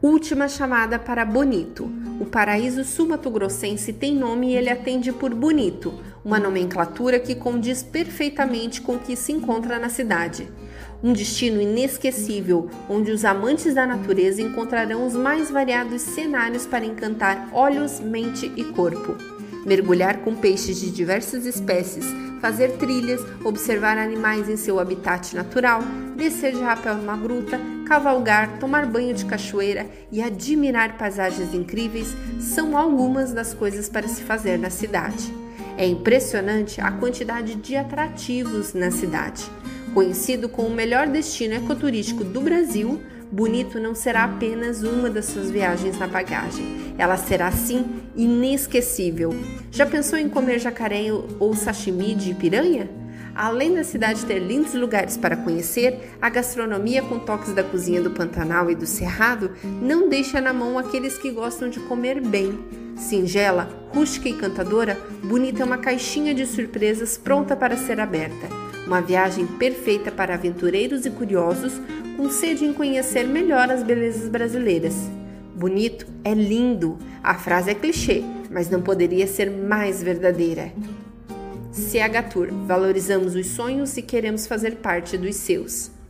Última chamada para Bonito. O paraíso sul-mato-grossense tem nome e ele atende por Bonito, uma nomenclatura que condiz perfeitamente com o que se encontra na cidade. Um destino inesquecível, onde os amantes da natureza encontrarão os mais variados cenários para encantar olhos, mente e corpo. Mergulhar com peixes de diversas espécies, fazer trilhas, observar animais em seu habitat natural, descer de rapel numa gruta, cavalgar, tomar banho de cachoeira e admirar paisagens incríveis são algumas das coisas para se fazer na cidade. É impressionante a quantidade de atrativos na cidade. Conhecido como o melhor destino ecoturístico do Brasil, Bonito não será apenas uma das suas viagens na bagagem. Ela será, sim, inesquecível. Já pensou em comer jacaré ou sashimi de piranha? Além da cidade ter lindos lugares para conhecer, a gastronomia com toques da cozinha do Pantanal e do Cerrado não deixa na mão aqueles que gostam de comer bem. Singela, rústica e encantadora, Bonito é uma caixinha de surpresas pronta para ser aberta. Uma viagem perfeita para aventureiros e curiosos com sede em conhecer melhor as belezas brasileiras. Bonito é lindo. A frase é clichê, mas não poderia ser mais verdadeira. CH Tour. Valorizamos os sonhos e queremos fazer parte dos seus.